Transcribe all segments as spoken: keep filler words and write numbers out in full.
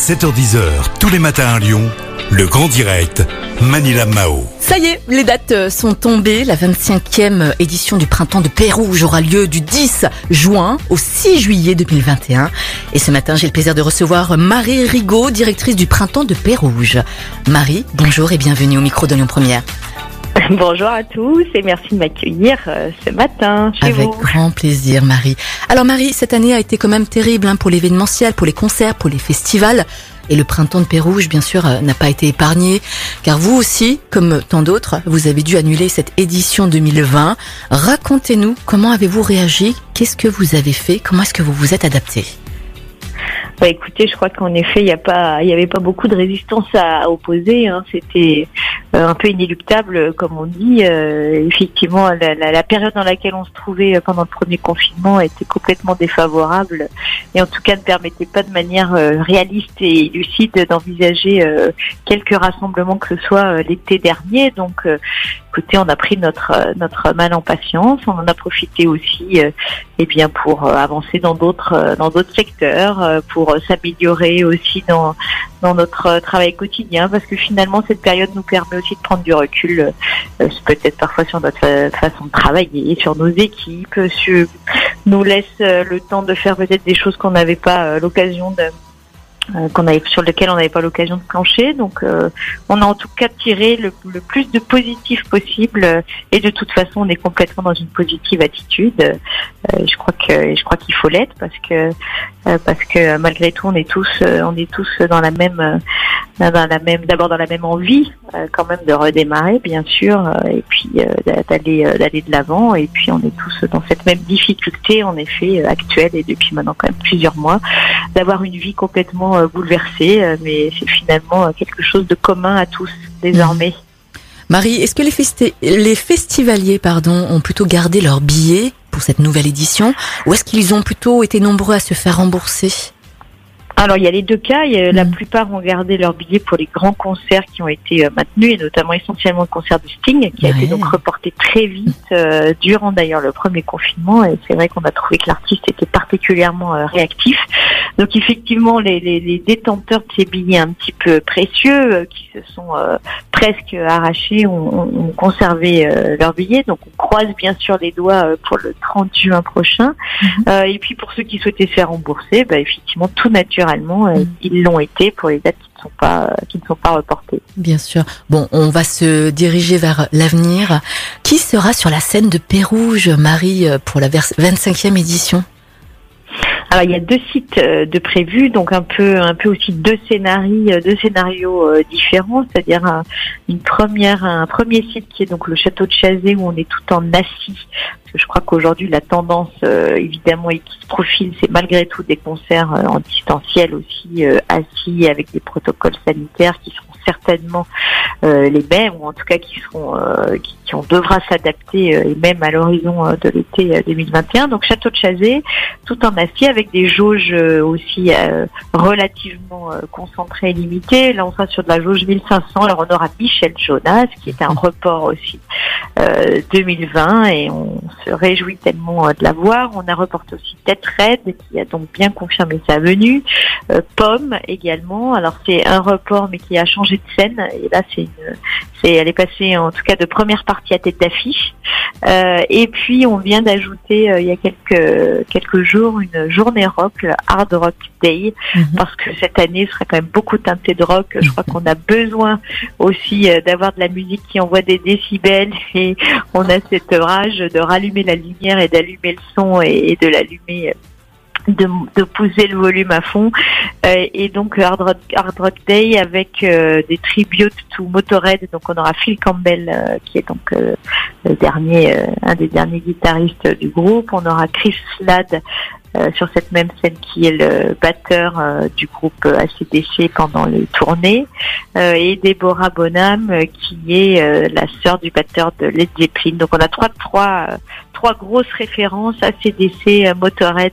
sept heures dix, tous les matins à Lyon, le grand direct, Manila Mao. Ça y est, les dates sont tombées. La vingt-cinquième édition du Printemps de Pérouges aura lieu du dix juin au six juillet deux mille vingt et un. Et ce matin, j'ai le plaisir de recevoir Marie Rigaud, directrice du Printemps de Pérouges. Marie, bonjour et bienvenue au micro de Lyon Première. Bonjour à tous et merci de m'accueillir ce matin chez Avec vous. Avec grand plaisir, Marie. Alors Marie, cette année a été quand même terrible hein, pour l'événementiel, pour les concerts, pour les festivals. Et le Printemps de Pérouges, bien sûr, n'a pas été épargné. Car vous aussi, comme tant d'autres, vous avez dû annuler cette édition deux mille vingt. Racontez-nous, comment avez-vous réagi? Qu'est-ce que vous avez fait? Comment est-ce que vous vous êtes adapté? Bah écoutez, je crois qu'en effet, il n'y a pas, il y avait pas beaucoup de résistance à opposer. Hein. C'était euh, un peu inéluctable, comme on dit. Euh, effectivement, la, la, la période dans laquelle on se trouvait pendant le premier confinement était complètement défavorable, et en tout cas ne permettait pas de manière euh, réaliste et lucide d'envisager euh, quelques rassemblements que ce soit euh, l'été dernier. Donc, euh, écoutez, on a pris notre notre mal en patience. On en a profité aussi, euh, eh bien, pour euh, avancer dans d'autres euh, dans d'autres secteurs, euh, pour s'améliorer aussi dans dans notre travail quotidien, parce que finalement cette période nous permet aussi de prendre du recul, euh, peut-être parfois sur notre façon de travailler, sur nos équipes, sur, nous laisse le temps de faire peut-être des choses qu'on n'avait pas l'occasion de Euh, qu'on avait, sur lequel on n'avait pas l'occasion de plancher. Donc euh, on a en tout cas tiré le, le plus de positif possible, euh, et de toute façon on est complètement dans une positive attitude. Euh, je crois que je crois qu'il faut l'être, parce que euh, parce que malgré tout on est tous euh, on est tous dans la même euh, dans la même d'abord dans la même envie euh, quand même de redémarrer, bien sûr, euh, et puis euh, d'aller euh, d'aller de l'avant, et puis on est tous dans cette même difficulté en effet euh, actuelle, et depuis maintenant quand même plusieurs mois, d'avoir une vie complètement euh, bouleversée, euh, mais c'est finalement euh, quelque chose de commun à tous désormais. Marie, est-ce que les, festi- les festivaliers pardon, ont plutôt gardé leurs billets pour cette nouvelle édition, ou est-ce qu'ils ont plutôt été nombreux à se faire rembourser? Alors, il y a les deux cas. Il y a, mmh. La plupart ont gardé leurs billets pour les grands concerts qui ont été euh, maintenus, et notamment essentiellement le concert de Sting, qui a ouais. été donc reporté très vite, euh, durant d'ailleurs le premier confinement. Et c'est vrai qu'on a trouvé que l'artiste était particulièrement euh, réactif. Donc effectivement, les, les, les détenteurs de ces billets un petit peu précieux, euh, qui se sont euh, presque arrachés, ont, ont conservé euh, leurs billets. Donc on croise bien sûr les doigts euh, pour le trente juin prochain. Mmh. Euh, et puis pour ceux qui souhaitaient se faire rembourser, bah, effectivement, tout naturellement, euh, mmh. ils l'ont été pour les dates qui ne sont pas euh, qui ne sont pas reportées. Bien sûr. Bon, on va se diriger vers l'avenir. Qui sera sur la scène de Pérouges, Marie, pour la vingt-cinquième édition? Alors il y a deux sites euh, de prévus, donc un peu un peu aussi deux scénarios, deux scénarios euh, différents, c'est-à-dire un, une première un premier site qui est donc le château de Chazé, où on est tout en assis. Parce que je crois qu'aujourd'hui la tendance euh, évidemment, et qui se profile, c'est malgré tout des concerts euh, en distanciel aussi, euh, assis, avec des protocoles sanitaires qui seront certainement euh, les mêmes, ou en tout cas qui seront euh, qui, qui on devra s'adapter, euh, et même à l'horizon euh, de l'été euh, deux mille vingt et un. Donc château de Chazé, tout en acier, avec des jauges euh, aussi euh, relativement euh, concentrées et limitées. Là on sera sur de la jauge mille cinq cents. Alors on aura Michel Jonas, qui est un report aussi euh, deux mille vingt, et on se réjouit tellement euh, de la voir. On a reporté aussi Tête Red, qui a donc bien confirmé sa venue. Euh, Pomme également. Alors c'est un report, mais qui a changé de scène, et là c'est une c'est elle est passée en tout cas de première partie à tête d'affiche, euh, et puis on vient d'ajouter euh, il y a quelques quelques jours une journée rock, le Hard Rock Day, mm-hmm. parce que cette année sera quand même beaucoup teintée de rock. Je crois qu'on a besoin aussi euh, d'avoir de la musique qui envoie des décibels, et on a cette rage de rallumer la lumière et d'allumer le son, et, et de l'allumer, de, de pousser le volume à fond, euh, et donc Hard Rock, Hard Rock Day avec euh, des tributes to Motorhead. Donc on aura Phil Campbell, euh, qui est donc euh, le dernier, euh, un des derniers guitaristes du groupe. On aura Chris Ladd euh, sur cette même scène, qui est le batteur euh, du groupe A C D C pendant les tournées, euh, et Deborah Bonham, euh, qui est euh, la sœur du batteur de Led Zeppelin. Donc on a trois trois euh, trois grosses références, A C D C, Motorhead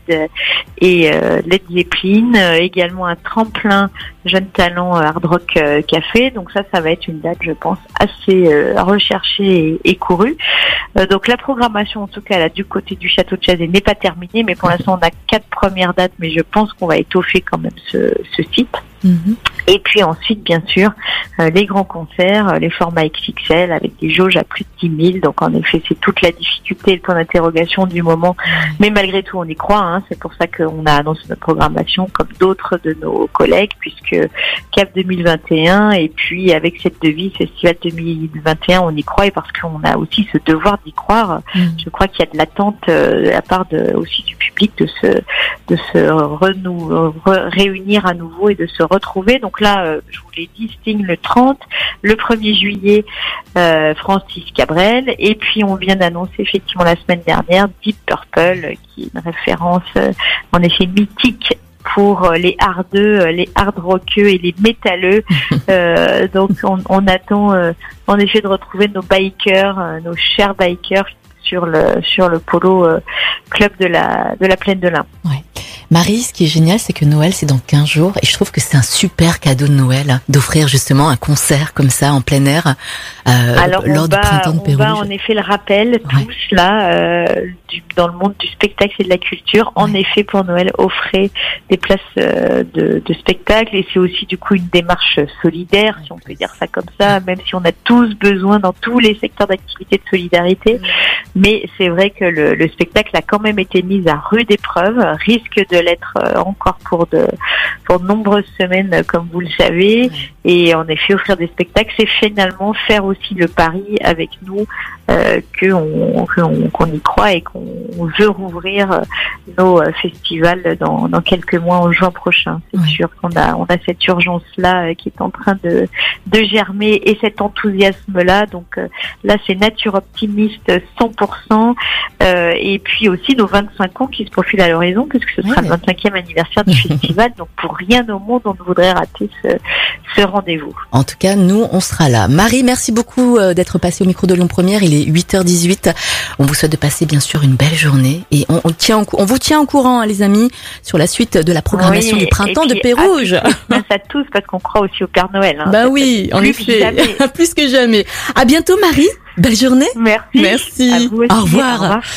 et euh, Led Zeppelin. Euh, également un tremplin Jeunes Talents Hard Rock euh, Café. Donc ça, ça va être une date, je pense, assez euh, recherchée et, et courue. Euh, donc la programmation, en tout cas, là, du côté du Château de Chazé n'est pas terminée, mais pour l'instant, on a quatre premières dates, mais je pense qu'on va étoffer quand même ce, ce site. Mmh. Et puis ensuite, bien sûr, euh, les grands concerts, euh, les formats X X L avec des jauges à plus de dix mille. Donc en effet, c'est toute la difficulté et le point d'interrogation du moment. Mmh. Mais malgré tout, on y croit. Hein. C'est pour ça qu'on a annoncé notre programmation comme d'autres de nos collègues, puisque C A F deux mille vingt et un et puis avec cette devise Festival deux mille vingt et un, on y croit et parce qu'on a aussi ce devoir d'y croire. Mmh. Je crois qu'il y a de l'attente euh, de la part de, aussi du public de se, de se renou, re, réunir à nouveau et de se retrouver. Donc là, euh, je vous l'ai dit, Sting le trente, le premier juillet, euh, Francis Cabrel, et puis on vient d'annoncer effectivement la semaine dernière Deep Purple, qui est une référence euh, en effet mythique pour les hardeux, les hard rockeux et les métalleux. euh, donc on, on attend euh, en effet de retrouver nos bikers, euh, nos chers bikers sur le sur le polo euh, club de la de la Plaine de l'Ain. Ouais. Marie, ce qui est génial, c'est que Noël, c'est dans quinze jours. Et je trouve que c'est un super cadeau de Noël, hein, d'offrir justement un concert comme ça, en plein air, euh, Alors, lors va, du printemps de Pérouge. On va en effet le rappel, ouais. tous là, euh, du, dans le monde du spectacle et de la culture. En ouais. effet, pour Noël, offrez des places euh, de, de spectacle. Et c'est aussi du coup une démarche solidaire, si on peut dire ça comme ça, même si on a tous besoin dans tous les secteurs d'activité de solidarité. Ouais. Mais c'est vrai que le, le spectacle a quand même été mis à rude épreuve, risque de l'être encore pour de pour de nombreuses semaines, comme vous le savez. Et en effet, offrir des spectacles, c'est finalement faire aussi le pari avec nous euh, qu'on, qu'on, qu'on y croit et qu'on veut rouvrir nos festivals dans, dans quelques mois en juin prochain. C'est ouais. sûr qu'on a on a cette urgence-là qui est en train de de germer et cet enthousiasme-là. Donc là, c'est nature optimiste cent pour cent. Euh, et puis aussi nos vingt-cinq ans qui se profilent à l'horizon, puisque ce sera ouais. le vingt-cinquième anniversaire du festival. Donc pour rien au monde, on ne voudrait rater ce, ce rendez-vous. En tout cas, nous, on sera là. Marie, merci beaucoup d'être passée au micro de Lyon Première. Il est huit heures dix-huit. On vous souhaite de passer bien sûr une belle journée et on, on, tient, on vous tient au courant, hein, les amis, sur la suite de la programmation oui, du printemps de Pérouge. Merci à tous parce qu'on croit aussi au Père Noël. Hein. Bah oui, en effet, plus que jamais. À bientôt, Marie. Belle journée. Merci. Merci. À vous aussi. Au revoir. Au revoir.